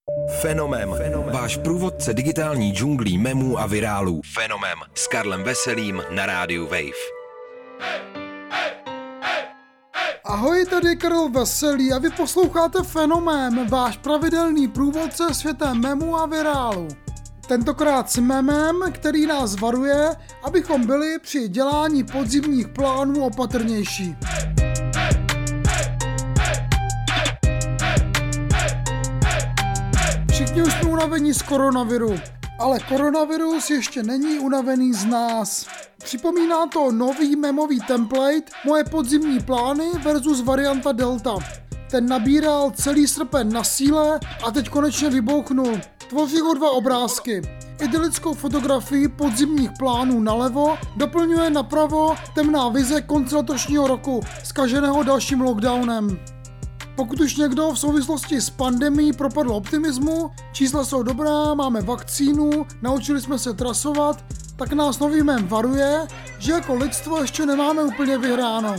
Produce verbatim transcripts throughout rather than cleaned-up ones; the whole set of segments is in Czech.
Fenomem. Fenomem. Váš průvodce digitální džunglí memů a virálů. Fenomem. S Karlem Veselým na rádiu Wave. Ahoj, tady Karel Veselý a vy posloucháte Fenomén, váš pravidelný průvodce světem memů a virálu. Tentokrát s memem, který nás varuje, abychom byli při dělání podzimních plánů opatrnější. Všichni už jsme unavení z koronaviru, ale koronavirus ještě není unavený z nás. Připomíná to nový memový template Moje podzimní plány versus varianta Delta. Ten nabíral celý srpen na síle a teď konečně vybouchnul. Tvoří ho dva obrázky. Idylickou fotografii podzimních plánů nalevo doplňuje napravo temná vize konce letošního roku, zkaženého dalším lockdownem. Pokud už někdo v souvislosti s pandemií propadl optimismu, čísla jsou dobrá, máme vakcínu, naučili jsme se trasovat, tak nás nový mem varuje, že jako lidstvo ještě nemáme úplně vyhráno.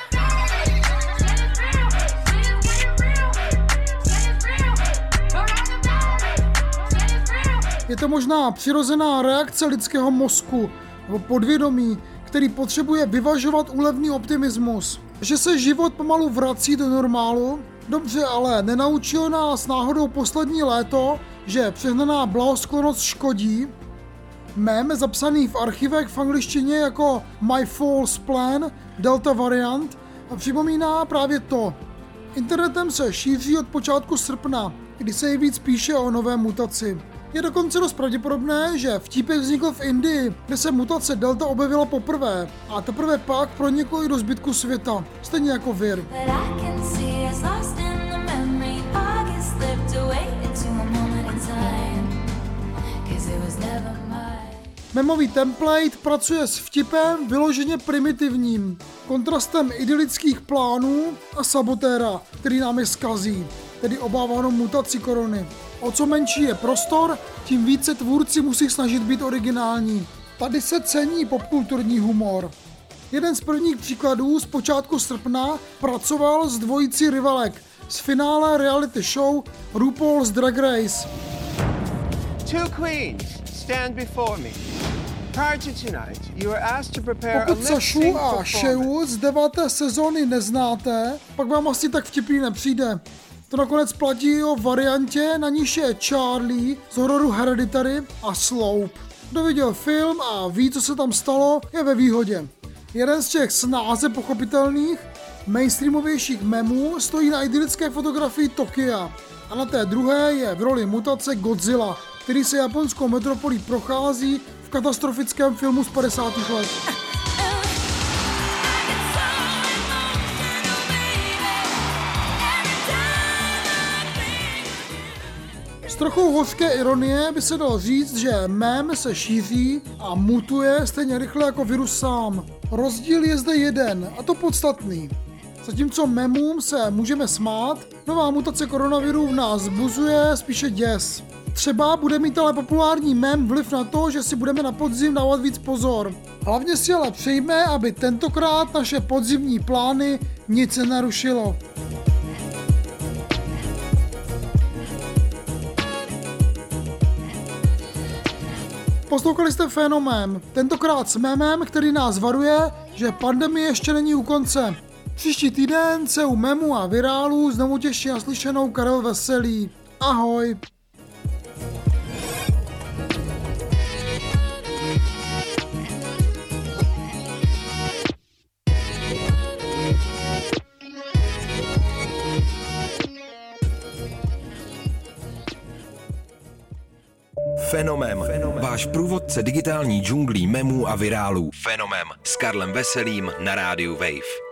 Je to možná přirozená reakce lidského mozku nebo podvědomí, který potřebuje vyvažovat úlevný optimismus. Že se život pomalu vrací do normálu? Dobře, ale nenaučilo nás náhodou poslední léto, že přehnaná blahosklonost škodí? Mem zapsaný v archivech v angličtině jako My False Plan, Delta variant, a připomíná právě to. Internetem se šíří od počátku srpna, kdy se nejvíc píše o nové mutaci. Je dokonce dost pravděpodobné, že vtípek vznikl v Indii, kde se mutace Delta objevila poprvé a teprve pak proniklo i do zbytku světa, stejně jako vir. Memový template pracuje s vtipem vyloženě primitivním, kontrastem idylických plánů a sabotéra, který nám je zkazí, tedy obávanou mutaci korony. O co menší je prostor, tím více tvůrci musí snažit být originální. Tady se cení popkulturní humor. Jeden z prvních příkladů z počátku srpna pracoval s dvojicí rivalek z finále reality show RuPaul's Drag Race. Two queens stand before me. Prior to tonight, you were asked to prepare Pokud a Sašu lip-sync a performance. Sheu z deváté sezóny neznáte, pak vám asi tak vtipný nepřijde. To nakonec platí o variantě, na níž je Charlie z hororu Hereditary a Slope. Kdo viděl film a ví, co se tam stalo, je ve výhodě. Jeden z těch snáze pochopitelných, mainstreamovějších memů stojí na idylické fotografii Tokia. A na té druhé je v roli mutace Godzilla, který se japonskou metropolí prochází v katastrofickém filmu z padesátých let. S trochou hořké ironie by se dalo říct, že mém se šíří a mutuje stejně rychle jako virus sám. Rozdíl je zde jeden, a to podstatný. Zatímco memům se můžeme smát, nová mutace koronaviru v nás vzbuzuje spíše děs. Třeba bude mít ale populární mem vliv na to, že si budeme na podzim dávat víc pozor. Hlavně si ale přejme, aby tentokrát naše podzimní plány nic nenarušilo. Poslouchali jste Fenomén, tentokrát s memem, který nás varuje, že pandemie ještě není u konce. Příští týden se u memu a virálů znovu těší na slyšenou Karel Veselý. Ahoj! Fenomem. Fenomem. Váš průvodce digitální džunglí memů a virálů. Fenomem. S Karlem Veselým na rádiu Wave.